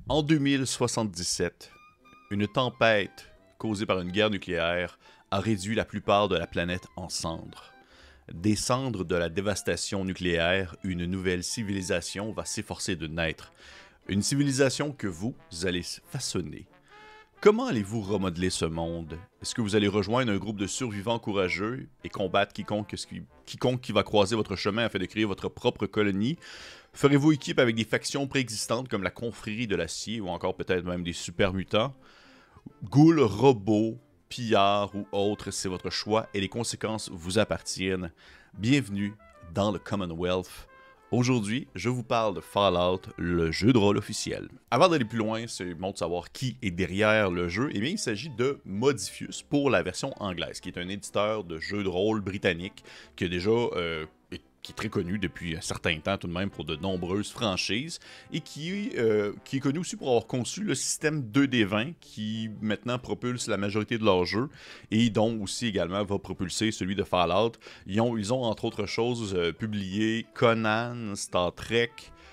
En 2077, une tempête causée par une guerre nucléaire a réduit la plupart de la planète en cendres. Des cendres de la dévastation nucléaire, une nouvelle civilisation va s'efforcer de naître. Une civilisation que vous allez façonner. Comment allez-vous remodeler ce monde? Est-ce que vous allez rejoindre un groupe de survivants courageux et combattre quiconque qui va croiser votre chemin afin de créer votre propre colonie? Ferez-vous équipe avec des factions préexistantes comme la confrérie de l'acier ou encore peut-être même des super mutants? Ghouls, robots, pillards ou autres, c'est votre choix et les conséquences vous appartiennent. Bienvenue dans le Commonwealth. Aujourd'hui, je vous parle de Fallout, le jeu de rôle officiel. Avant d'aller plus loin, c'est bon de savoir qui est derrière le jeu. Eh bien, il s'agit de Modiphius pour la version anglaise, qui est un éditeur de jeux de rôle britannique qui a déjà qui est très connu depuis un certain temps tout de même pour de nombreuses franchises et qui est connu aussi pour avoir conçu le système 2D20 qui maintenant propulse la majorité de leurs jeux et dont aussi également va propulser celui de Fallout. Ils ont entre autres choses publié Conan, Star Trek,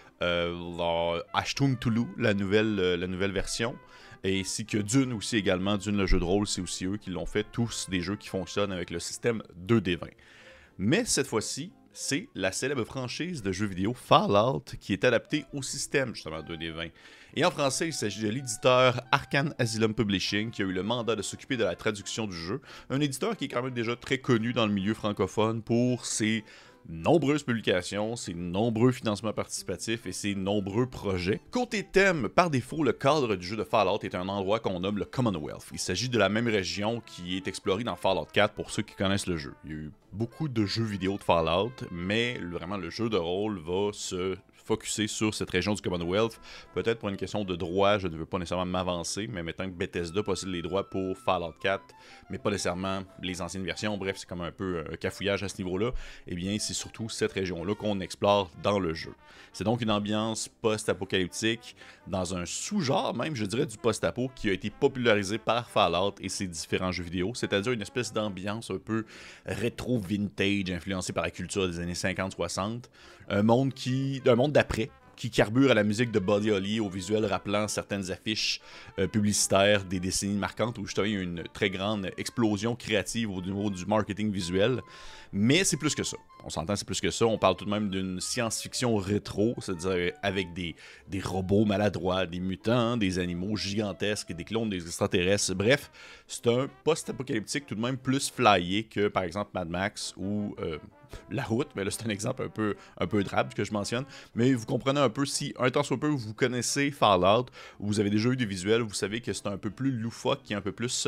Achtung Cthulhu, la nouvelle version. Ainsi que Dune aussi également, Dune le jeu de rôle, c'est aussi eux qui l'ont fait, tous des jeux qui fonctionnent avec le système 2D20. Mais cette fois-ci, c'est la célèbre franchise de jeux vidéo Fallout qui est adaptée au système justement 2D20. Et en français, il s'agit de l'éditeur Arcane Asylum Publishing qui a eu le mandat de s'occuper de la traduction du jeu. Un éditeur qui est quand même déjà très connu dans le milieu francophone pour ses nombreuses publications, ses nombreux financements participatifs et ses nombreux projets. Côté thème, par défaut, le cadre du jeu de Fallout est un endroit qu'on nomme le Commonwealth. Il s'agit de la même région qui est explorée dans Fallout 4 pour ceux qui connaissent le jeu. Il y a eu beaucoup de jeux vidéo de Fallout, mais vraiment le jeu de rôle va se focusser sur cette région du Commonwealth. Peut-être pour une question de droit, je ne veux pas nécessairement m'avancer, mais maintenant que Bethesda possède les droits pour Fallout 4, mais pas nécessairement les anciennes versions, bref, c'est comme un peu un cafouillage à ce niveau-là, eh bien, c'est surtout cette région-là qu'on explore dans le jeu. C'est donc une ambiance post-apocalyptique, dans un sous-genre même, je dirais, du post-apo, qui a été popularisé par Fallout et ses différents jeux vidéo, c'est-à-dire une espèce d'ambiance un peu rétro-vintage, influencée par la culture des années 50-60, un monde d'après, qui carbure à la musique de Buddy Holly, au visuel rappelant certaines affiches publicitaires des décennies marquantes où justement il y a une très grande explosion créative au niveau du marketing visuel. Mais c'est plus que ça. On s'entend, c'est plus que ça. On parle tout de même d'une science-fiction rétro, c'est-à-dire avec des robots maladroits, des mutants, des animaux gigantesques, des clones des extraterrestres. Bref, c'est un post-apocalyptique tout de même plus flyé que par exemple Mad Max ou La Route, mais là c'est un exemple un peu drabe que je mentionne, mais vous comprenez un peu si un temps soit peu vous connaissez Fallout, vous avez déjà eu des visuels, vous savez que c'est un peu plus loufoque, qui est un peu plus,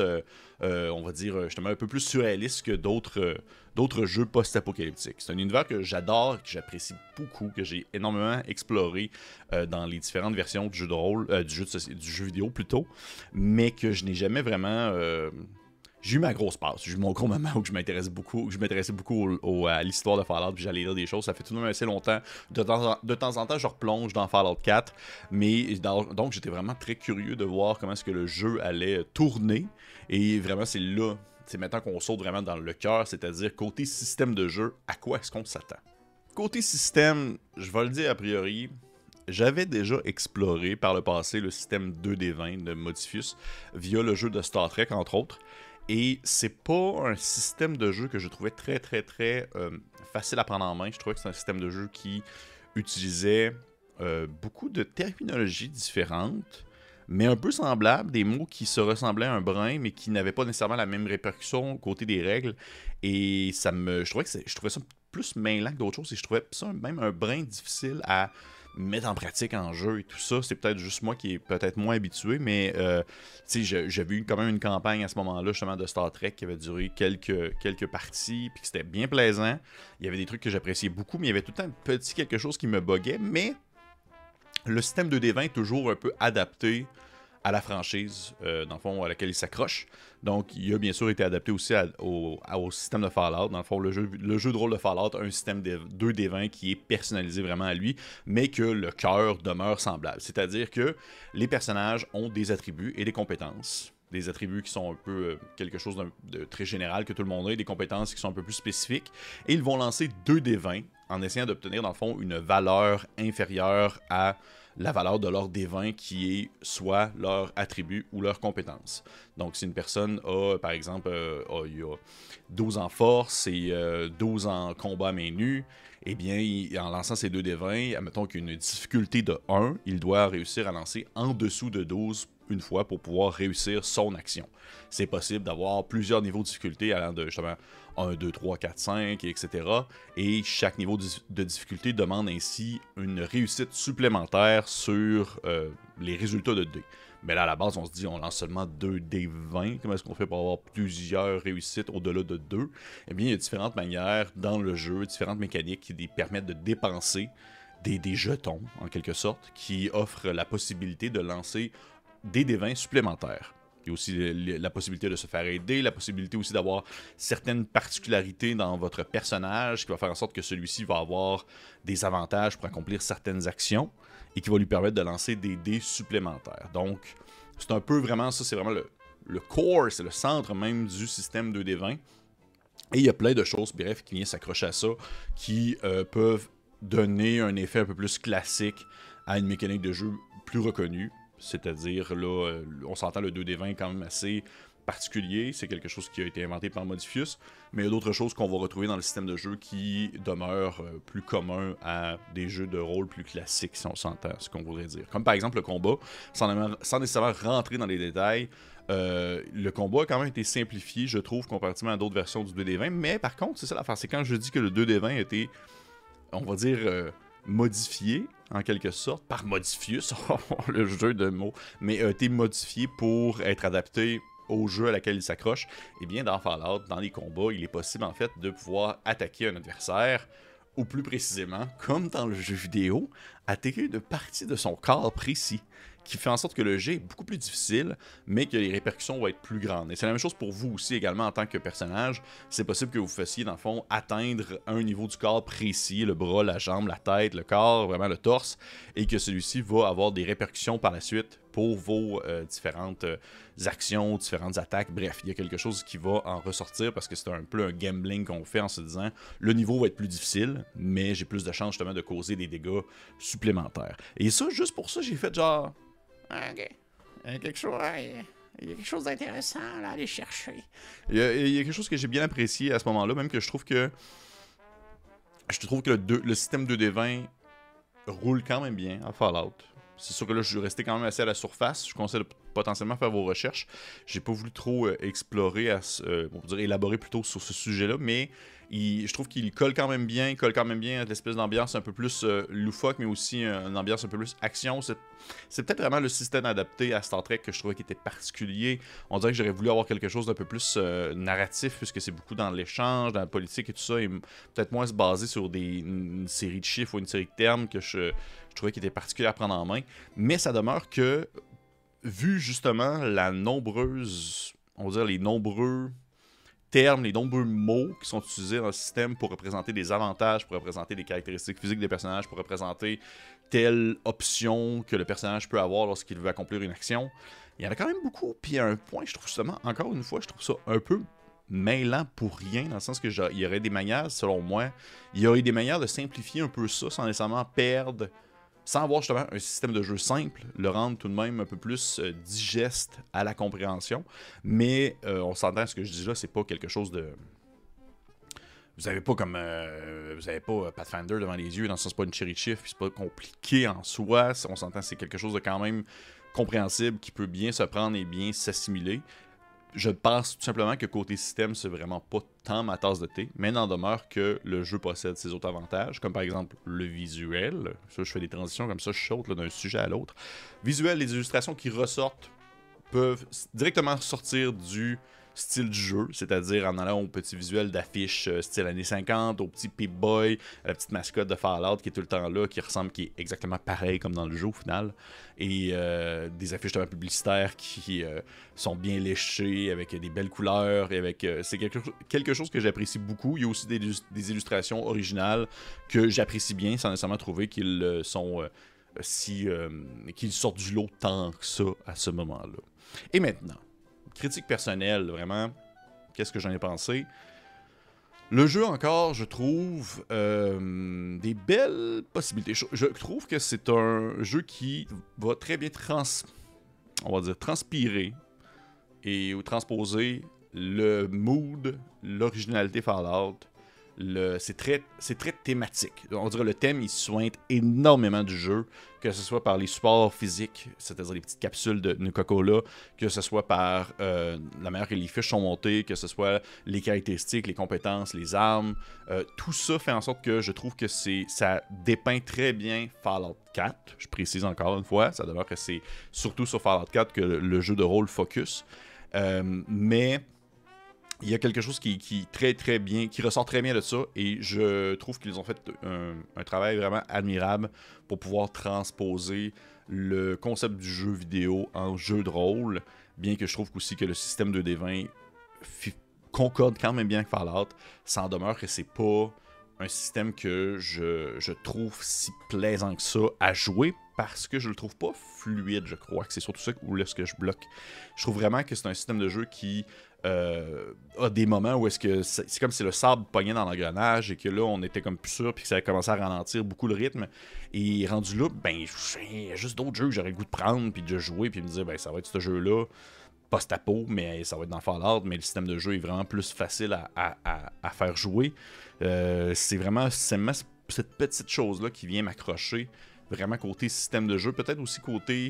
on va dire justement un peu plus surréaliste que d'autres jeux post-apocalyptiques. C'est un univers que j'adore, que j'apprécie beaucoup, que j'ai énormément exploré dans les différentes versions du jeu de rôle, du jeu vidéo plutôt, mais que je n'ai jamais vraiment j'ai eu ma grosse passe. J'ai eu mon gros moment où je m'intéressais beaucoup à l'histoire de Fallout, puis j'allais lire des choses. Ça fait tout de même assez longtemps. De temps en temps, je replonge dans Fallout 4, mais donc j'étais vraiment très curieux de voir comment est-ce que le jeu allait tourner. Et vraiment, c'est maintenant qu'on saute vraiment dans le cœur, c'est-à-dire côté système de jeu, à quoi est-ce qu'on s'attend? Côté système, je vais le dire a priori, j'avais déjà exploré par le passé le système 2D20 de Modiphius via le jeu de Star Trek, entre autres. Et c'est pas un système de jeu que je trouvais très facile à prendre en main. Je trouvais que c'est un système de jeu qui utilisait beaucoup de terminologies différentes, mais un peu semblables, des mots qui se ressemblaient un brin, mais qui n'avaient pas nécessairement la même répercussion côté des règles. Et je trouvais ça plus mêlant que d'autres choses, et je trouvais ça même un brin difficile à mettre en pratique en jeu et tout ça. C'est peut-être juste moi qui est peut-être moins habitué, mais j'avais eu quand même une campagne à ce moment-là justement de Star Trek qui avait duré quelques parties, puis que c'était bien plaisant. Il y avait des trucs que j'appréciais beaucoup, mais il y avait tout le temps un petit quelque chose qui me buguait, mais le système 2D20 est toujours un peu adapté à la franchise, dans le fond, à laquelle il s'accroche. Donc, il a bien sûr été adapté aussi au système de Fallout. Dans le fond, le jeu de rôle de Fallout a un système 2D20 qui est personnalisé vraiment à lui, mais que le cœur demeure semblable. C'est-à-dire que les personnages ont des attributs et des compétences. Des attributs qui sont un peu quelque chose de très général que tout le monde a, et des compétences qui sont un peu plus spécifiques. Et ils vont lancer 2D20 en essayant d'obtenir, dans le fond, une valeur inférieure à la valeur de leur D20 qui est soit leur attribut ou leur compétence. Donc, si une personne a, par exemple, il y a 12 en force et 12 en combat à main nue, eh bien, en lançant ces 2 D20, admettons qu'il y a une difficulté de 1, il doit réussir à lancer en dessous de 12 une fois pour pouvoir réussir son action. C'est possible d'avoir plusieurs niveaux de difficulté allant de justement 1, 2, 3, 4, 5, etc. Et chaque niveau de difficulté demande ainsi une réussite supplémentaire sur les résultats de dés. Mais là, à la base, on se dit, on lance seulement 2 D20. Comment est-ce qu'on fait pour avoir plusieurs réussites au-delà de 2? Eh bien, il y a différentes manières dans le jeu, différentes mécaniques qui permettent de dépenser des jetons, en quelque sorte, qui offrent la possibilité de lancer des D20 supplémentaires. Il y a aussi la possibilité de se faire aider, la possibilité aussi d'avoir certaines particularités dans votre personnage qui va faire en sorte que celui-ci va avoir des avantages pour accomplir certaines actions et qui va lui permettre de lancer des dés supplémentaires. Donc, c'est un peu vraiment ça, c'est vraiment le core, c'est le centre même du système 2D20. Et il y a plein de choses, bref, qui viennent s'accrocher à ça, qui peuvent donner un effet un peu plus classique à une mécanique de jeu plus reconnue. C'est-à-dire, là, on s'entend, le 2D20 est quand même assez particulier. C'est quelque chose qui a été inventé par Modifius. Mais il y a d'autres choses qu'on va retrouver dans le système de jeu qui demeurent plus communs à des jeux de rôle plus classiques, si on s'entend, ce qu'on voudrait dire. Comme par exemple le combat, sans nécessairement rentrer dans les détails. Le combat a quand même été simplifié, je trouve, comparativement à d'autres versions du 2D20. Mais par contre, c'est ça l'affaire. C'est quand je dis que le 2D20 a été, on va dire, modifié, en quelque sorte, par Modifius, le jeu de mots, mais a été modifié pour être adapté au jeu à laquelle il s'accroche. Et bien, dans Fallout, dans les combats, il est possible, en fait, de pouvoir attaquer un adversaire, ou plus précisément, comme dans le jeu vidéo, attaquer une partie de son corps précis, qui fait en sorte que le jet est beaucoup plus difficile, mais que les répercussions vont être plus grandes. Et c'est la même chose pour vous aussi également en tant que personnage. C'est possible que vous fassiez, dans le fond, atteindre un niveau du corps précis, le bras, la jambe, la tête, le corps, vraiment le torse, et que celui-ci va avoir des répercussions par la suite pour vos différentes actions, différentes attaques. Bref, il y a quelque chose qui va en ressortir parce que c'est un peu un gambling qu'on fait en se disant le niveau va être plus difficile, mais j'ai plus de chances justement de causer des dégâts supplémentaires. Et ça, juste pour ça, j'ai fait genre... OK. Il y a quelque chose d'intéressant à aller chercher. Il y a quelque chose que j'ai bien apprécié à ce moment-là, même que je trouve que le système 2D20 roule quand même bien à Fallout. C'est sûr que là, je suis resté quand même assez à la surface. Je conseille de potentiellement faire vos recherches. J'ai pas voulu trop explorer, on peut dire élaborer plutôt sur ce sujet-là, mais je trouve qu'il colle quand même bien. Il colle quand même bien à l'espèce d'ambiance un peu plus loufoque, mais aussi une ambiance un peu plus action. C'est peut-être vraiment le système adapté à Star Trek que je trouvais qui était particulier. On dirait que j'aurais voulu avoir quelque chose d'un peu plus narratif, puisque c'est beaucoup dans l'échange, dans la politique et tout ça, et peut-être moins se baser sur une série de chiffres ou une série de termes que je trouvais qui était particulier à prendre en main. Mais ça demeure que, vu justement les nombreux termes, les nombreux mots qui sont utilisés dans le système pour représenter des avantages, pour représenter des caractéristiques physiques des personnages, pour représenter telle option que le personnage peut avoir lorsqu'il veut accomplir une action, il y en a quand même beaucoup. Puis à un point, je trouve justement, encore une fois, je trouve ça un peu mêlant pour rien, dans le sens que il y aurait des manières, selon moi, il y aurait des manières de simplifier un peu ça sans nécessairement perdre, sans avoir justement un système de jeu simple, le rendre tout de même un peu plus digeste à la compréhension. Mais on s'entend, ce que je dis là, c'est pas quelque chose de... Vous avez pas Pathfinder devant les yeux, dans le sens c'est pas une cherry chief, c'est pas compliqué en soi. On s'entend, c'est quelque chose de quand même compréhensible, qui peut bien se prendre et bien s'assimiler. Je pense tout simplement que côté système, c'est vraiment pas tant ma tasse de thé, mais n'en demeure que le jeu possède ses autres avantages, comme par exemple le visuel. Ça, je fais des transitions comme ça, je saute d'un sujet à l'autre. Visuel, les illustrations qui ressortent peuvent directement sortir du style du jeu, c'est-à-dire en allant au petit visuel d'affiche style années 50, au petit Pip-Boy, à la petite mascotte de Fallout qui est tout le temps là, qui est exactement pareil comme dans le jeu au final, et des affiches de publicitaires qui sont bien léchées, avec des belles couleurs, et avec c'est quelque chose que j'apprécie beaucoup. Il y a aussi des illustrations originales que j'apprécie bien, sans nécessairement trouver qu'ils sont qu'ils sortent du lot tant que ça à ce moment-là. Et maintenant, critique personnelle, vraiment, qu'est-ce que j'en ai pensé? Le jeu encore, je trouve des belles possibilités. Je trouve que c'est un jeu qui va très bien on va dire transpirer ou transposer le mood, l'originalité Fallout. C'est très thématique. On dirait le thème, il soigne énormément du jeu, que ce soit par les supports physiques, c'est-à-dire les petites capsules de Nuka-Cola, que ce soit par la manière que les fiches sont montées, que ce soit les caractéristiques, les compétences, les armes. Tout ça fait en sorte que je trouve que ça dépeint très bien Fallout 4. Je précise encore une fois, ça demeure que c'est surtout sur Fallout 4 que le jeu de rôle focus. Mais il y a quelque chose qui très très bien, qui ressort très bien de ça, et je trouve qu'ils ont fait un travail vraiment admirable pour pouvoir transposer le concept du jeu vidéo en jeu de rôle, bien que je trouve aussi que le système 2D20 concorde quand même bien avec Fallout, sans demeure que c'est pas un système que je trouve si plaisant que ça à jouer, parce que je le trouve pas fluide, je crois que c'est surtout ça où est-ce que je bloque. Je trouve vraiment que c'est un système de jeu qui a des moments où est-ce que c'est comme si le sable pognait dans l'engrenage et que là on était comme plus sûr puis que ça a commencé à ralentir beaucoup le rythme, et rendu là, ben il y a juste d'autres jeux que j'aurais le goût de prendre puis de jouer puis me dire ben ça va être ce jeu-là, post-apo, mais ça va être dans Fallout, mais le système de jeu est vraiment plus facile à faire jouer. C'est vraiment cette petite chose-là qui vient m'accrocher, vraiment côté système de jeu, peut-être aussi côté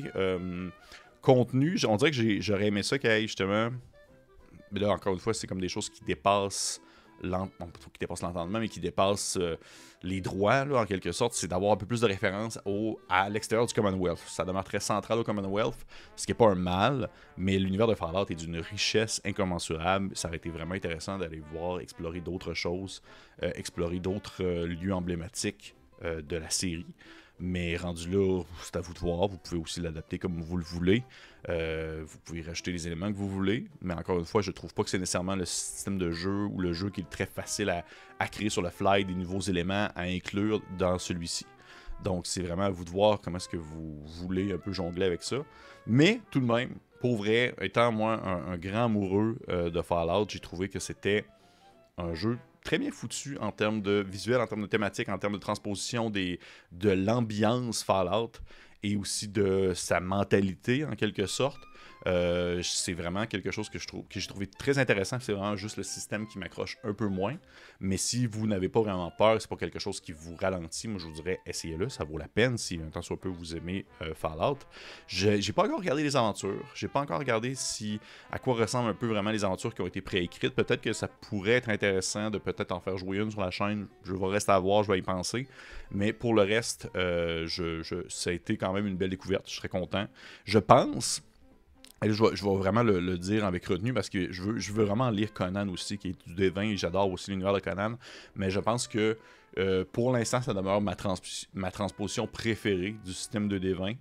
contenu. On dirait que j'aurais aimé ça qu'il y ait justement... Mais là, encore une fois, c'est comme des choses qui dépassent l'entendement, mais qui dépassent les droits, là, en quelque sorte. C'est d'avoir un peu plus de référence à l'extérieur du Commonwealth. Ça demeure très central au Commonwealth, ce qui n'est pas un mal, mais l'univers de Fallout est d'une richesse incommensurable. Ça aurait été vraiment intéressant d'aller voir, explorer d'autres choses, explorer d'autres lieux emblématiques de la série. Mais rendu là, c'est à vous de voir. Vous pouvez aussi l'adapter comme vous le voulez. Vous pouvez rajouter les éléments que vous voulez. Mais encore une fois, je trouve pas que c'est nécessairement le système de jeu ou le jeu qui est très facile à créer sur le fly, des nouveaux éléments à inclure dans celui-ci. Donc c'est vraiment à vous de voir comment est-ce que vous voulez un peu jongler avec ça. Mais tout de même, pour vrai, étant moi un grand amoureux de Fallout, j'ai trouvé que c'était un jeu très bien foutu en termes de visuel, en termes de thématique, en termes de transposition de l'ambiance Fallout et aussi de sa mentalité en quelque sorte. C'est vraiment quelque chose que j'ai trouvé très intéressant. C'est vraiment juste le système qui m'accroche un peu moins. Mais si vous n'avez pas vraiment peur, c'est pas quelque chose qui vous ralentit, moi je vous dirais essayez-le, ça vaut la peine si un temps soit peu vous aimez Fallout. J'ai pas encore regardé les aventures. J'ai pas encore regardé à quoi ressemblent un peu vraiment les aventures qui ont été préécrites. Peut-être que ça pourrait être intéressant de peut-être en faire jouer une sur la chaîne. Je vais rester à voir, je vais y penser. Mais pour le reste, ça a été quand même une belle découverte. Je serais content. Je pense... Et je vais vraiment le dire avec retenue parce que je veux vraiment lire Conan aussi, qui est du D20, et j'adore aussi l'univers de Conan. Mais je pense que pour l'instant, ça demeure ma transposition préférée du système de D20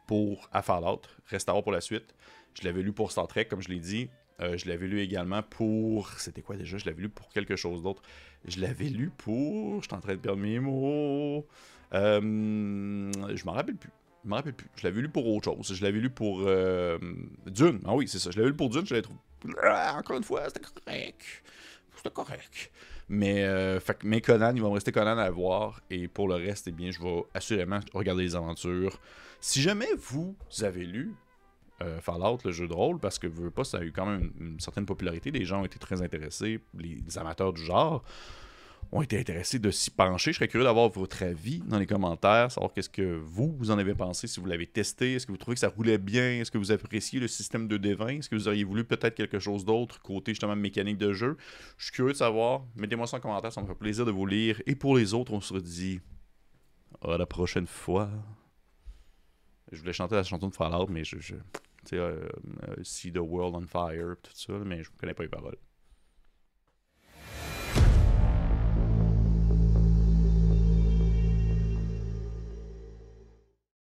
à Fallout. Reste à voir pour la suite. Je l'avais lu pour Star Trek, comme je l'ai dit. Je l'avais lu également pour... C'était quoi déjà? Je l'avais lu pour quelque chose d'autre. Je l'avais lu pour... Je suis en train de perdre mes mots. Je m'en rappelle plus. Je me rappelle plus. Je l'avais lu pour autre chose. Je l'avais lu pour Dune. Ah oui, c'est ça. Je l'avais lu pour Dune. Je l'avais trouvé... encore une fois, c'était correct. C'était correct. Mais Conan, il va me rester Conan à voir. Et pour le reste, eh bien, je vais assurément regarder les aventures. Si jamais vous avez lu Fallout, le jeu de rôle, parce que veux pas, ça a eu quand même une certaine popularité. Les gens ont été très intéressés. Les amateurs du genre ont été intéressés de s'y pencher. Je serais curieux d'avoir votre avis dans les commentaires, savoir qu'est-ce que vous en avez pensé, si vous l'avez testé, est-ce que vous trouvez que ça roulait bien, est-ce que vous appréciez le système de D20, est-ce que vous auriez voulu peut-être quelque chose d'autre, côté justement mécanique de jeu. Je suis curieux de savoir, mettez-moi ça en commentaire, ça me fait plaisir de vous lire. Et pour les autres, on se redit à la prochaine fois. Je voulais chanter la chanson de Fallout, mais See the world on fire, tout ça, mais je ne connais pas les paroles.